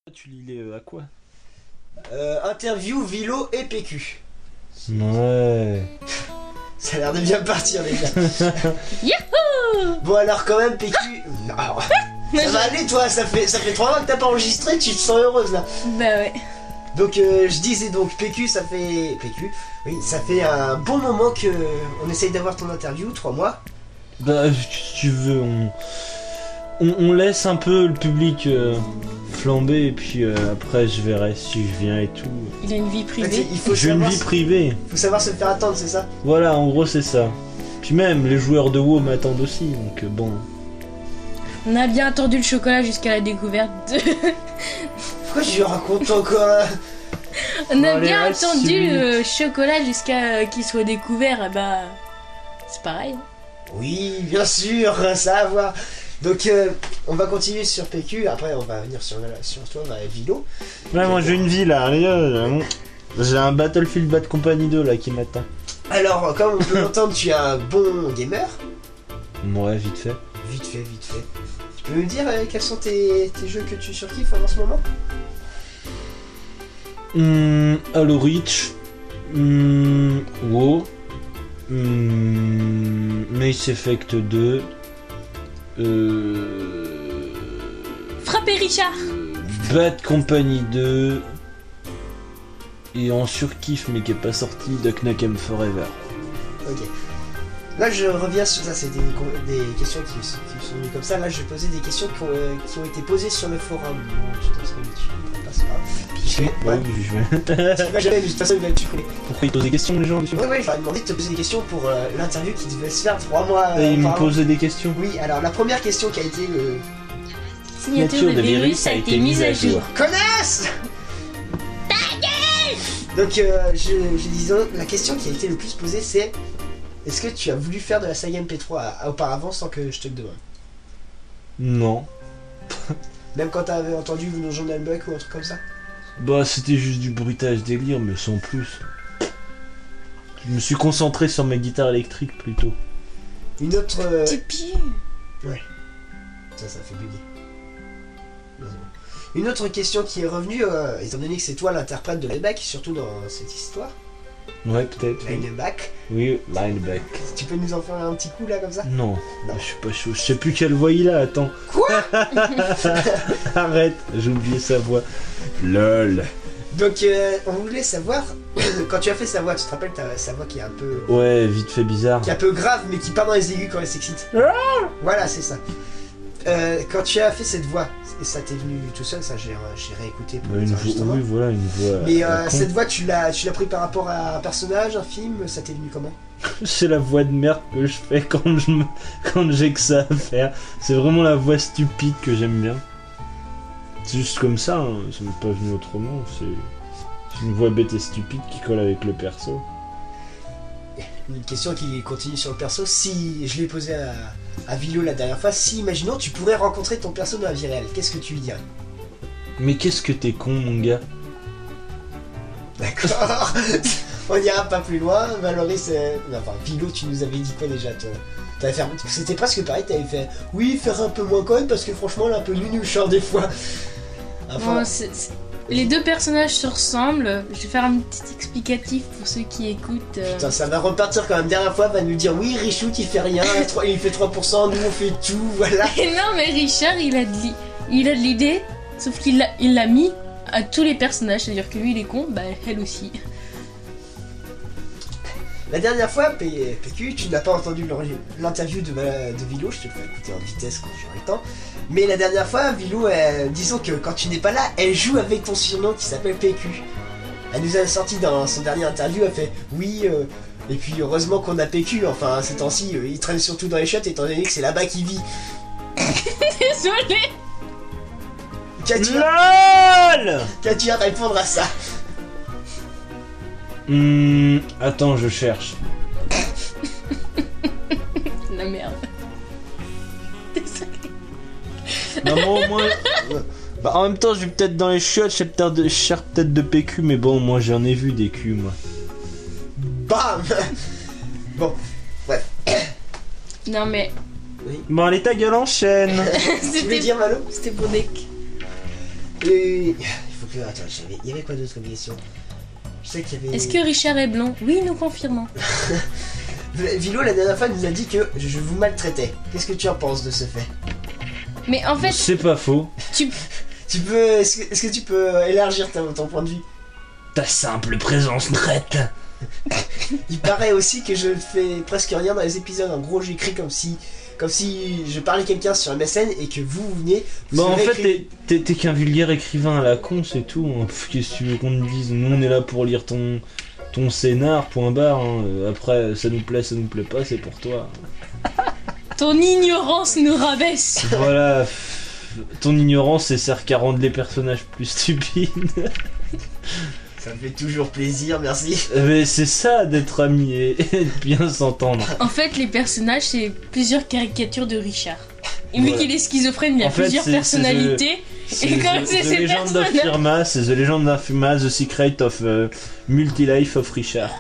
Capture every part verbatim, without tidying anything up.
Tu lis les euh, à quoi? euh, Interview, Vilo et P Q. Ouais. Ça a l'air de bien partir les gars. Youhou. Bon alors quand même P Q. Non. Ça va aller toi, ça fait ça fait trois mois que t'as pas enregistré, tu te sens heureuse là. Bah ouais. Donc euh, je disais donc P Q ça fait. P Q, oui, ça fait un bon moment que on essaye d'avoir ton interview, trois mois. Bah si tu veux, on... on on laisse un peu le public euh, flamber et puis euh, après je verrai si je viens et tout. Il a une vie privée. Ok, il faut J'ai une savoir, vie privée. faut savoir se faire attendre, c'est ça? Voilà, en gros c'est ça. Puis même les joueurs de WoW m'attendent aussi, donc euh, bon. On a bien attendu le chocolat jusqu'à la découverte de... Pourquoi je lui raconte encore? On a Bon, allez, bien reste attendu celui- le chocolat jusqu'à euh, qu'il soit découvert. Et bah... C'est pareil. Oui, bien sûr, ça à voir. Donc euh, on va continuer sur P Q, après on va venir sur, sur toi, on va avec Vilo. Ouais, moi j'ai une vie là, allez, euh, j'ai un Battlefield Bad Company deux là qui m'attend. Alors comme on peut l'entendre, tu es un bon gamer. Ouais, vite fait. Vite fait, vite fait. Tu peux me dire euh, quels sont tes, tes jeux que tu surkiffes en ce moment? Hum, Halo Reach, hum, WoW, hum, Mass Effect deux, euh, Frappez Richard. Bad Company deux, et en surkiff mais qui est pas sorti, Duck Nukem Forever. Ok. Là je reviens sur ça, c'est des, des questions qui, qui sont venues comme ça. Là je vais poser des questions qui ont, euh, qui ont été posées sur le forum. Bon, tu t'en serais dessus, c'est pas grave. Puis je vais- Bah ouais. oui, je vais. Tu vas jamais, mais de toute façon il va être supprimé. Pourquoi ils posent des questions les gens dessus? Ouais, ouais, j'aurais demandé de te poser des questions pour euh, l'interview qui devait se faire trois mois. euh, Et ils me auparavant. posaient des questions. Oui, alors la première question qui a été euh, Signature de virus a été mise à jour. connasse. Donc euh, je, je disais, la question qui a été le plus posée c'est: est-ce que tu as voulu faire de la saga M P trois à- à- auparavant sans que je te le demande? Non. Même quand t'avais entendu nos Journal Buck ou un truc comme ça? Bah c'était juste du bruitage délire mais sans plus. Je me suis concentré sur ma guitare électrique plutôt. Une autre... euh, Tes pieds. Ça, ça fait bugger. Une autre question qui est revenue, euh, étant donné que c'est toi l'interprète de Lineback, surtout dans cette histoire, Ouais peut-être. Oui, Lineback, oui, lineback. tu peux nous en faire un petit coup là comme ça? Non, Non. je suis pas chaud. Je sais plus quelle voix il a, attends. Quoi? Arrête, j'ai oublié sa voix. Lol. Donc euh, on voulait savoir, quand tu as fait sa voix, tu te rappelles ta, sa voix qui est un peu... Ouais, vite fait bizarre. qui est un peu grave mais qui part dans les aigus quand elle s'excite. Voilà, c'est ça. Euh, quand tu as fait cette voix, et ça t'est venu tout seul, ça j'ai j'ai réécouté pour Ouais, les une voix, enregistrements. oui, voilà, une voix. Mais à euh, con. cette voix, tu l'as tu l'as pris par rapport à un personnage, un film, ça t'est venu comment? C'est la voix de merde que je fais quand je me... quand j'ai que ça à faire. C'est vraiment la voix stupide que j'aime bien. C'est juste comme ça, hein. Ça m'est pas venu autrement. C'est c'est une voix bête et stupide qui colle avec le perso. Une question qui continue sur le perso. Si je l'ai posé à, à Vilo la dernière fois, si imaginons tu pourrais rencontrer ton perso dans la vie réelle, qu'est-ce que tu lui dirais? Mais qu'est-ce que t'es con, mon gars. D'accord. On ira pas plus loin. Valoris, euh... enfin Vilo, tu nous avais dit quoi déjà toi? T'avais fait... C'était presque pareil, t'avais fait oui, faire un peu moins con parce que franchement, elle est un peu nunuchant des fois. Enfin, Bon, c'est- c'est- Les deux personnages se ressemblent. Je vais faire un petit explicatif pour ceux qui écoutent. euh. putain, ça va repartir quand même. Dernière fois, va nous dire oui, Richout il fait rien, trois- il fait trois pour cent, nous on fait tout, voilà. Et non, mais Richard, il a de l'i- il a de l'idée, sauf qu'il l'a il l'a mis à tous les personnages. C'est-à-dire que lui, il est con, bah elle aussi. La dernière fois, P- PQ, tu n'as pas entendu l'en- l'interview de, ma- de Vilo, je te le fais écouter en vitesse quand j'aurai le temps. Mais la dernière fois, Vilo, euh, disons que quand tu n'es pas là, elle joue avec ton surnom qui s'appelle P Q. Elle nous a sorti dans son dernier interview, elle fait oui, euh, et puis heureusement qu'on a P Q, enfin ces temps-ci, euh, il traîne surtout dans les chiottes étant donné que c'est là-bas qu'il vit. Désolée. Qu'as-tu LOL. qu'as-tu à répondre à ça? Hmm, attends, je cherche. La merde. Désolée. Non, bon, au moins... Bah, en même temps, je vais peut-être dans les chiottes, je sais peut-être de... je cherche peut-être de P Q, mais bon, moi j'en ai vu des culs, moi. Bam. Bon, bref. Non, mais Bon, allez, ta gueule, enchaîne. Tu voulais c'était dire Malo? c'était pour des. Et... Il faut que... Attends, j'avais... il y avait quoi d'autre comme question? Je sais qu'il y avait... Est-ce que Richard est blond? Oui, nous confirmons. Vilo, la dernière fois, nous a dit que je vous maltraitais. Qu'est-ce que tu en penses de ce fait? Mais en fait, C'est pas faux. tu... Tu peux... Est-ce que, est-ce que tu peux élargir ton, ton point de vue? Ta simple présence nette. Il paraît aussi que je fais presque rien dans les épisodes. En gros, j'écris comme si... Comme si je parlais à quelqu'un sur M S N et que vous, vous veniez... Bah en fait, écrit... t'es, t'es, t'es qu'un vulgaire écrivain à la con, c'est tout. Hein. Pff, qu'est-ce que tu veux qu'on te dise? Nous, on est là pour lire ton, ton scénar, point barre. Hein. Après, ça nous plaît, ça nous plaît pas, c'est pour toi. Ton ignorance nous rabaisse. Voilà. Pff, ton ignorance, c'est sert qu'à rendre les personnages plus stupides. Ça me fait toujours plaisir, merci. Mais c'est ça d'être ami et, et de bien s'entendre. En fait, les personnages, c'est plusieurs caricatures de Richard. Et vu Voilà. qu'il est schizophrène, il y a En fait, plusieurs c'est- personnalités. C'est Et comme The, c'est The ces Legend of personnages... Firma, c'est The Legend of Firma, The Secret of uh, Multi-Life of Richard.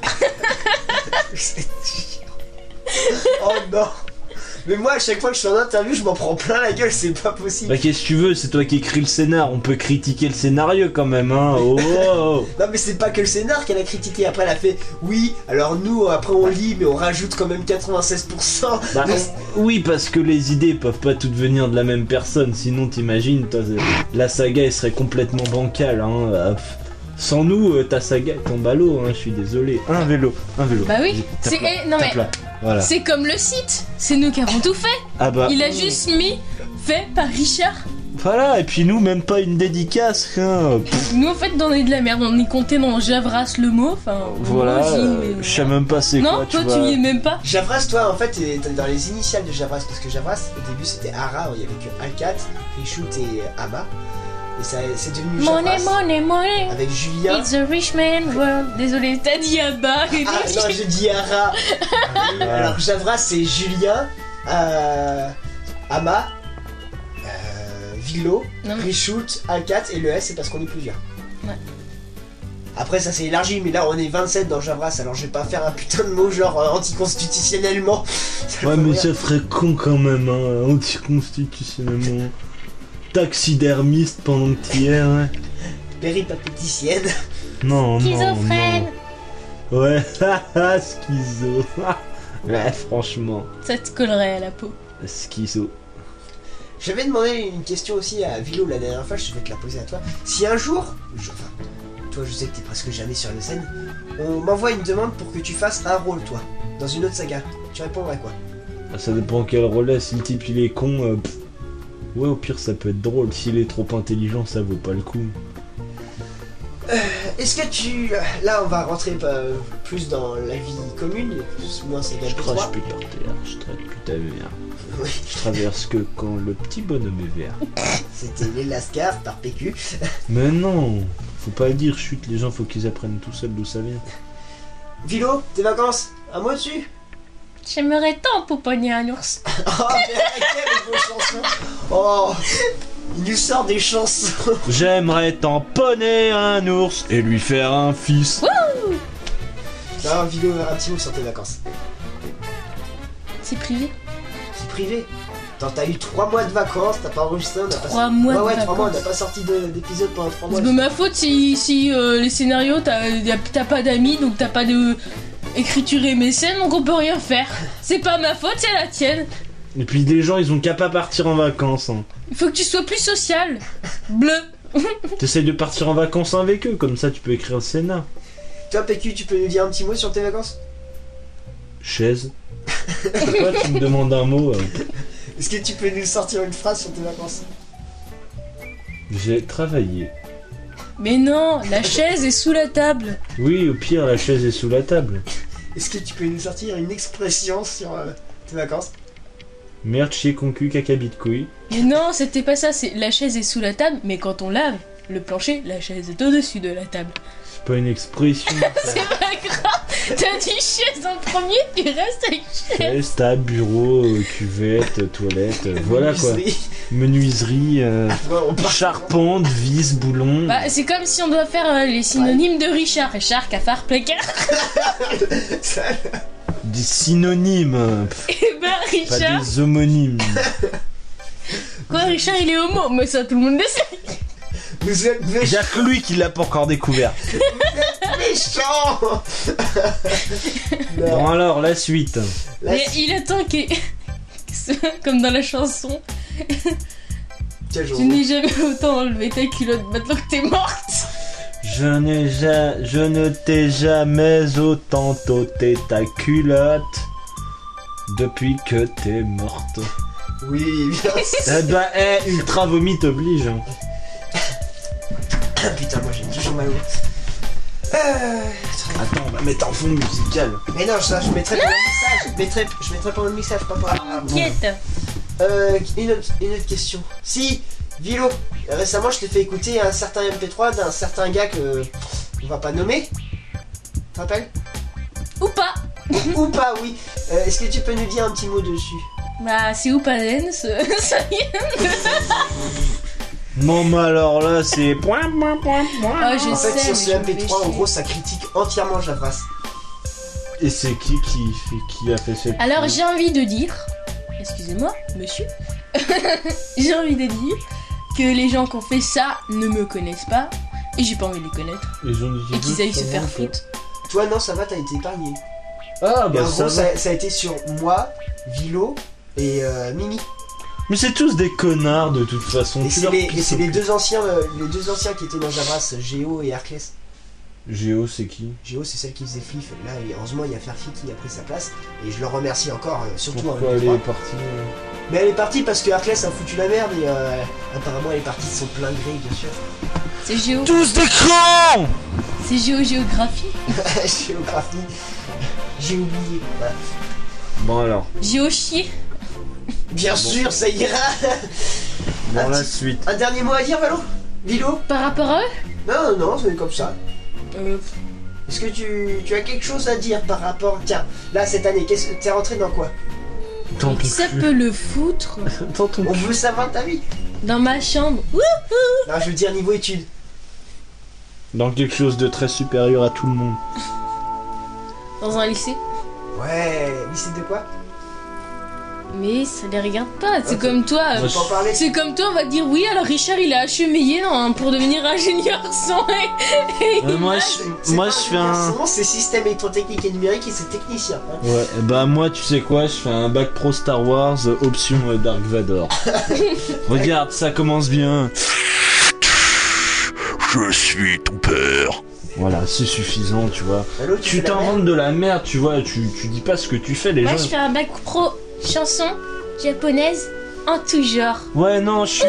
Oh non. Mais moi, à chaque fois que je suis en interview, je m'en prends plein la gueule, c'est pas possible. Bah qu'est-ce que tu veux, c'est toi qui écris le scénar, on peut critiquer le scénario quand même, hein. Oh, oh, oh. Non mais c'est pas que le scénar qu'elle a critiqué, après elle a fait oui, alors nous après on lit mais on rajoute quand même quatre-vingt-seize pour cent. Bah, Mais- on- oui, parce que les idées peuvent pas toutes venir de la même personne, sinon t'imagines, toi, c'est- la saga elle serait complètement bancale, hein. Euh, pff, Sans nous, euh, ta saga est en ballot, hein, je suis désolé. Un vélo, un vélo. Bah oui, Tape c'est... là, eh, non tape mais... là. Voilà. C'est comme le site, c'est nous qui avons tout fait. Ah bah. Il a juste mis fait par Richard. Voilà, et puis nous, même pas une dédicace, hein. Pff, Nous en fait on est de la merde, on est compté dans Javras le mot, enfin... voilà, moi, j'y- euh, mais- je sais même pas c'est Non, quoi, toi tu tu vois. y es même pas. Javras, toi en fait t'es t'es dans les initiales de Javras, parce que Javras au début c'était Ara, il y avait que Alcat, Richout et Ama. Et ça c'est devenu Money, Javras money, money. avec Julien. It's a rich man world. Désolé, t'as dit Abba. et Ah donc, non, j'ai dit Ara. Alors Javras c'est Julien, euh, Ama, euh, Vilo, Non, mais- Richout, Alcat et le S c'est parce qu'on est plusieurs. Ouais. Après ça s'est élargi, mais là on est vingt-sept dans Javras, alors je vais pas faire un putain de mot genre euh, anticonstitutionnellement. Ça Ouais, me mais fait ça ferait con quand même, hein, anticonstitutionnellement. Taxidermiste pendant que t'y es, ouais. Péripapéticienne. Non, non, Schizophrène. non. Ouais, haha, schizo. Ouais, franchement, Ça te collerait à la peau. schizo. J'avais demandé une question aussi à Vilo la dernière fois, je vais te la poser à toi. Si un jour, je- enfin, toi je sais que t'es presque jamais sur les scènes, on m'envoie une demande pour que tu fasses un rôle, toi, dans une autre saga, tu répondrais quoi? Ah, ça dépend quel relais, si le type il est con, euh, pff. Ouais, au pire ça peut être drôle, s'il est trop intelligent ça vaut pas le coup. Est-ce que tu... Là on va rentrer euh, plus dans la vie commune, plus ou moins saga Je P crache trois. plus par terre, je traite plus ta verre. Oui, Je traverse que quand le petit bonhomme est vert. c'était les Lascar par P Q. Mais non, faut pas le dire, chute, les gens faut qu'ils apprennent tout seuls d'où ça vient. Vilo, tes vacances, un mot dessus? J'aimerais tant pouponner un ours. Oh mais quelle beau chanson. Oh, il nous sort des chansons. J'aimerais tamponner un ours et lui faire un fils. Non, Vilo, un petit mot sur tes vacances. C'est privé. C'est privé. Attends, t'as eu trois mois de vacances, t'as pas enregistré, on a pas Trois mois ouais, de ouais, trois mois, on n'a vacances. pas sorti de- d'épisode pendant trois mois. C'est de ma faute si, si euh, les scénarios, t'as y a- t'as pas d'amis, donc t'as pas de écriture et mécène, donc on peut rien faire. C'est pas ma faute, c'est la tienne. Et puis les gens ils ont qu'à pas partir en vacances. Hein. Il faut que tu sois plus social. Bleu. T'essayes de partir en vacances avec eux, comme ça tu peux écrire le scénar. Toi, P Q, tu peux nous dire un petit mot sur tes vacances? Chaise. Pourquoi tu me demandes un mot euh, Est-ce que tu peux nous sortir une phrase sur tes vacances? J'ai travaillé. Mais non, la chaise est sous la table. Oui, au pire la chaise est sous la table. Est-ce que tu peux nous sortir une expression sur euh, tes vacances? Merde, chier, concu, caca, bite, couille. Mais non, c'était pas ça, c'est la chaise est sous la table, mais quand on lave le plancher, la chaise est au-dessus de la table. C'est pas une expression. ça. C'est pas grave, t'as dit chaise en premier, tu restes avec chaise. Chaise, table, bureau, euh, cuvette, toilette, euh, voilà quoi. Menuiserie. Menuiserie, euh, Ouais, on part- charpente, vis, boulon. Bah, c'est comme si on doit faire euh, les synonymes de Richard. Richard, cafard, placard. Ça- Des synonymes, euh, pff, Et bah, pas Richard. des homonymes. Quoi, Richard, il est homo, mais ça, tout le monde le sait. Vous êtes méchants. Y'a que lui qui l'a pas encore découvert. Vous êtes méchants. Bon alors, la suite. La Mais suite. il attend que. Comme dans la chanson. Quel jour. Je n'ai jamais autant enlevé ta culotte maintenant que t'es morte. Je n'ai ja... je ne t'ai jamais autant ôté ta culotte depuis que t'es morte. Oui, bien sûr. Eh bah, eh, ultra vomit oblige. hein. Putain, moi j'ai toujours mal au. Euh... Attends, on va mettre en fond musical. Mais non, ça, je mettrai pendant le mixage. Je mettrai, je mettrai pendant le mixage, pas pour. Ah, bon. Inquiète. Euh, une autre, une autre question. Si, Vilo, récemment je t'ai fait écouter un certain M P trois d'un certain gars que on va pas nommer. Tu te rappelles? Ou pas. Ou pas, oui. Euh, Est-ce que tu peux nous dire un petit mot dessus? Bah, c'est ou pas Zen, ce- ça y est. Non, mais alors là, c'est point, point, point, point. Ah, je En fait, sais, sur mais ce je me M P trois, fais en chier. gros, ça critique entièrement Javras. Et c'est qui qui, fait, qui a fait cette. Alors, j'ai envie de dire. Excusez-moi, monsieur. J'ai envie de dire que les gens qui ont fait ça ne me connaissent pas. Et j'ai pas envie de les connaître. Et, j'en ai Et qu'ils aillent se comment faire faire foutre. Toi, non, ça va, t'as été épargné. Ah, Et bah en ça gros, va. ça, ça a été sur moi, Vilo et euh, Mimi. Mais c'est tous des connards de toute façon. Et Tu c'est leur les, pisses et c'est au les cul. deux anciens, euh, les deux anciens qui étaient dans Javras, Géo et Herclès. Géo, c'est qui? Géo, c'est celle qui faisait Fliff. Là, et heureusement, il y a Ferfi qui a pris sa place. Et je le remercie encore, euh, surtout en Pourquoi M P elle trois. est partie euh Mais elle est partie parce que Herclès a foutu la merde et euh, apparemment elle est partie de son plein gré, bien sûr. C'est Géo. Tous des cons! C'est Géo Géographie. Géographie. J'ai oublié. Voilà. Bon alors, Géo chier. Bien sûr, ça ira. dans Un la petit- suite. Un dernier mot à dire, Valo? Vilo? Par rapport à eux Non, non, non, c'est comme ça. euh, Est-ce que tu, tu as quelque chose à dire par rapport... Tiens, là, cette année, qu'est-ce que t'es rentré dans quoi? Dans ton Ça cul. peut le foutre Dans ton On cul. veut savoir ta vie. dans ma chambre. Ouh, Non, je veux dire niveau études. Dans quelque chose de très supérieur à tout le monde. dans un lycée. Ouais, lycée de quoi? Mais ça les regarde pas. C'est Ok. comme toi. Moi, euh, je- Faut en parler. C'est comme toi, on va te dire oui, alors Richard il a achemeillé non, pour devenir ingénieur son. Et, Euh, moi, C'est- je, c'est moi, pas je fais un. ingénieur, c'est système électrotechnique et numérique et c'est technicien. hein. Ouais, bah moi, tu sais quoi, je fais un bac pro Star Wars, euh, option euh, Dark Vador. Regarde, ça commence bien. Je suis ton père. Voilà, c'est suffisant, tu vois. Allô, Tu fais la merde t'inventes de la merde, tu vois, tu, tu dis pas ce que tu fais, les moi gens. je fais un bac pro chanson japonaise en tout genre. Ouais, non, je suis.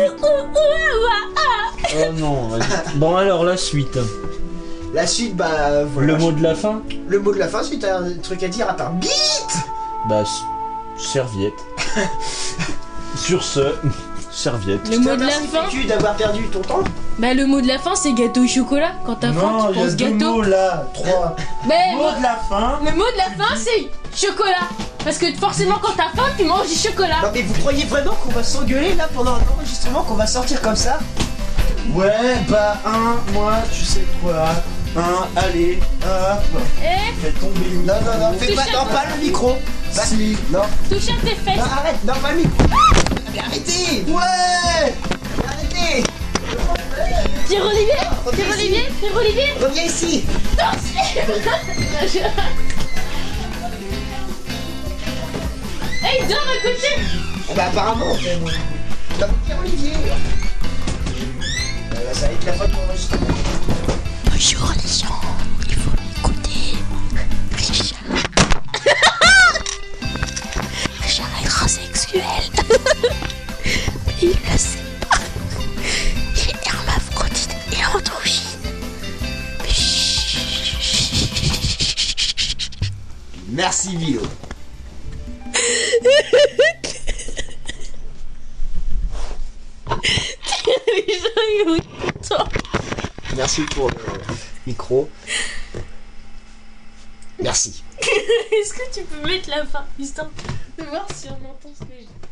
Oh non, vas-y. Bon, alors, la suite. La suite, bah voilà. Le mot de la fin? Le mot de la fin, si t'as un truc à dire à part bite. Bah, s- serviette. Sur ce, serviette. Le mot de la fin, Tu d'avoir perdu ton temps. bah le mot de la fin c'est gâteau au chocolat. Quand t'as faim, tu penses gâteau. là, trois. Mais de la fin. le mot de la fin c'est chocolat. Parce que forcément quand t'as faim, tu manges du chocolat. Non mais vous croyez vraiment qu'on va s'engueuler là pendant un enregistrement, qu'on va sortir comme ça? Ouais, bah, un, moi, tu sais quoi. Un, allez, hop, Eh, fais tomber le Non, non, non, fais Touche pas, à non, toi. pas le micro. Pas- Si. Non, touche à tes fesses. non, arrête, non, pas le micro. Mais arrêtez. Ouais. Arrêtez. Pierre-Olivier Pierre-Olivier Pierre-Olivier Reviens ici. Hey, dors à côté. Ah bah apparemment. T'as mon Pierre-Olivier. Euh, ça va être la fin de l'enregistrement. Bonjour les gens, il faut m'écouter. Richard. Richard est transsexuel. Il le sait pas. Il est hermaphrodite et androgyne. Mais chut. Merci Vilo. Les gens, ils ont content. Merci pour le micro. Merci. Est-ce que tu peux mettre la fin, histoire de voir si on entend ce que je dis?